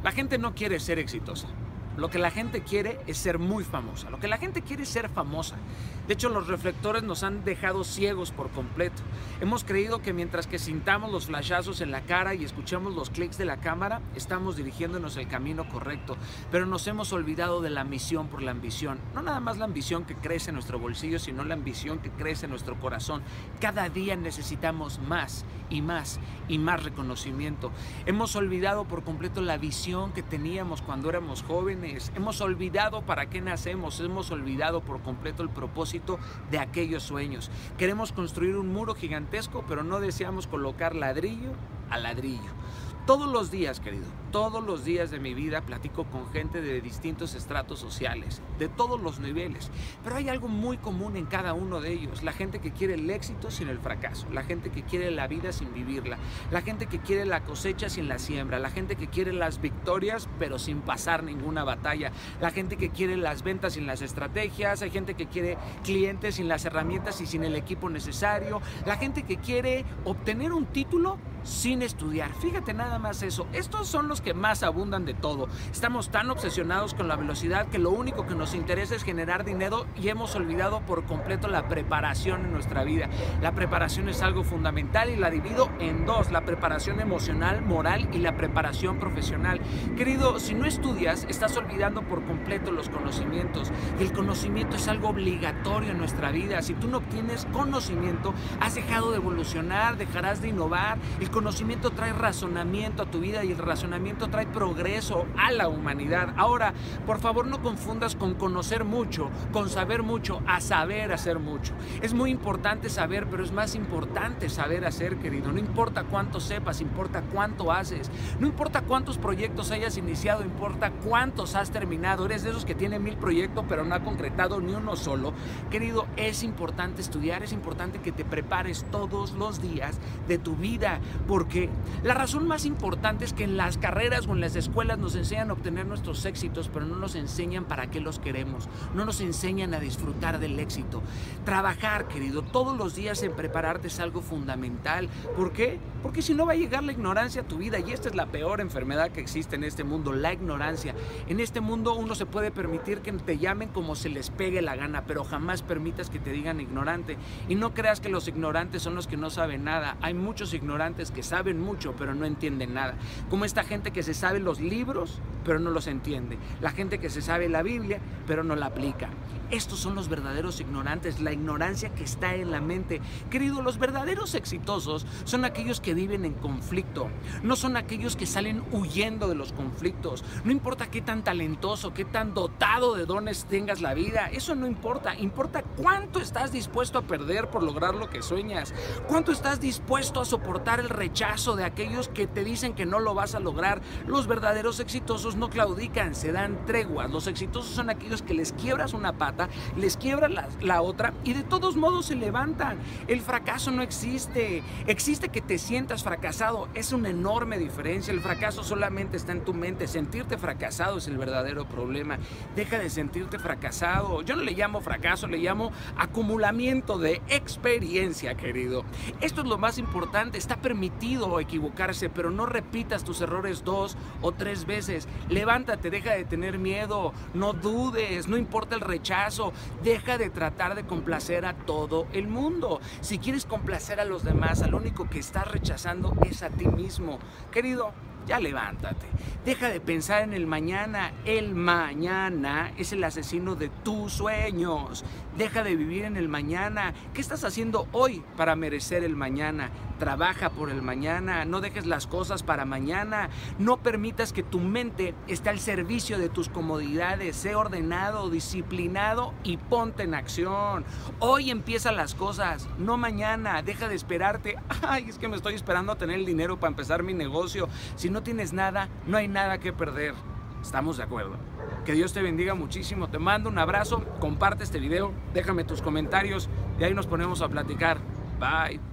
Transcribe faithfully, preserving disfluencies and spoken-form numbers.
La gente no quiere ser exitosa. Lo que la gente quiere es ser muy famosa. Lo que la gente quiere es ser famosa. De hecho, los reflectores nos han dejado ciegos por completo. Hemos creído que mientras que sintamos los flashazos en la cara y escuchemos los clics de la cámara, estamos dirigiéndonos el camino correcto. Pero nos hemos olvidado de la misión por la ambición. No nada más la ambición que crece en nuestro bolsillo, sino la ambición que crece en nuestro corazón. Cada día necesitamos más y más y más reconocimiento. Hemos olvidado por completo la visión que teníamos cuando éramos jóvenes. Hemos olvidado para qué nacemos, hemos olvidado por completo el propósito de aquellos sueños. Queremos construir un muro gigantesco, pero no deseamos colocar ladrillo a ladrillo. Todos los días, querido, todos los días de mi vida platico con gente de distintos estratos sociales, de todos los niveles, pero hay algo muy común en cada uno de ellos: la gente que quiere el éxito sin el fracaso, la gente que quiere la vida sin vivirla, la gente que quiere la cosecha sin la siembra, la gente que quiere las victorias pero sin pasar ninguna batalla, la gente que quiere las ventas sin las estrategias, hay gente que quiere clientes sin las herramientas y sin el equipo necesario, la gente que quiere obtener un título sin estudiar. Fíjate nada más eso. Estos son los que más abundan de todo. Estamos tan obsesionados con la velocidad que lo único que nos interesa es generar dinero y hemos olvidado por completo la preparación en nuestra vida. La preparación es algo fundamental y la divido en dos: la preparación emocional, moral, y la preparación profesional. Querido, si no estudias, estás olvidando por completo los conocimientos. Y el conocimiento es algo obligatorio en nuestra vida. Si tú no obtienes conocimiento, has dejado de evolucionar, dejarás de innovar. El conocimiento trae razonamiento a tu vida y el razonamiento trae progreso a la humanidad. Ahora, por favor, no confundas con conocer mucho, con saber mucho, a saber hacer mucho. Es muy importante saber, pero es más importante saber hacer, querido. No importa cuánto sepas, importa cuánto haces. No importa cuántos proyectos hayas iniciado, importa cuántos has terminado. Eres de esos que tiene mil proyectos, pero no ha concretado ni uno solo. Querido, es importante estudiar, es importante que te prepares todos los días de tu vida. Porque la razón más importante es que en las carreras o en las escuelas nos enseñan a obtener nuestros éxitos, pero no nos enseñan para qué los queremos, no nos enseñan a disfrutar del éxito. Trabajar, querido, todos los días en prepararte es algo fundamental. ¿Por qué? Porque si no va a llegar la ignorancia a tu vida, y esta es la peor enfermedad que existe en este mundo, la ignorancia. En este mundo uno se puede permitir que te llamen como se les pegue la gana, pero jamás permitas que te digan ignorante. Y no creas que los ignorantes son los que no saben nada. Hay muchos ignorantes que saben mucho pero no entienden nada, como esta gente que se sabe los libros pero no los entiende, la gente que se sabe la Biblia pero no la aplica. Estos son los verdaderos ignorantes, la ignorancia que está en la mente. Querido, los verdaderos exitosos son aquellos que viven en conflicto, no son aquellos que salen huyendo de los conflictos. No importa qué tan talentoso, qué tan dotado de dones tengas la vida, eso no importa. Importa cuánto estás dispuesto a perder por lograr lo que sueñas, cuánto estás dispuesto a soportar el rechazo de aquellos que te dicen que no lo vas a lograr. Los verdaderos exitosos no claudican, se dan treguas. Los exitosos son aquellos que les quiebras una pata, les quiebra la, la otra y de todos modos se levantan. El fracaso no existe. Existe que te sientas fracasado. Es una enorme diferencia. El fracaso solamente está en tu mente. Sentirte fracasado es el verdadero problema. Deja de sentirte fracasado. Yo no le llamo fracaso, le llamo acumulamiento de experiencia, querido. Esto es lo más importante. Está permitido equivocarse, pero no repitas tus errores dos o tres veces. Levántate, deja de tener miedo. No dudes, no importa el rechazo. Deja de tratar de complacer a todo el mundo. Si quieres complacer a los demás, al único que estás rechazando es a ti mismo. Querido, ya levántate. Deja de pensar en el mañana. El mañana es el asesino de tus sueños. Deja de vivir en el mañana. ¿Qué estás haciendo hoy para merecer el mañana? Trabaja por el mañana. No dejes las cosas para mañana. No permitas que tu mente esté al servicio de tus comodidades. Sé ordenado, disciplinado y ponte en acción. Hoy empieza las cosas, no mañana. Deja de esperarte. Ay, es que me estoy esperando a tener el dinero para empezar mi negocio. Si no tienes nada, no hay nada que perder. ¿Estamos de acuerdo? Que Dios te bendiga muchísimo. Te mando un abrazo. Comparte este video. Déjame tus comentarios y ahí nos ponemos a platicar. Bye.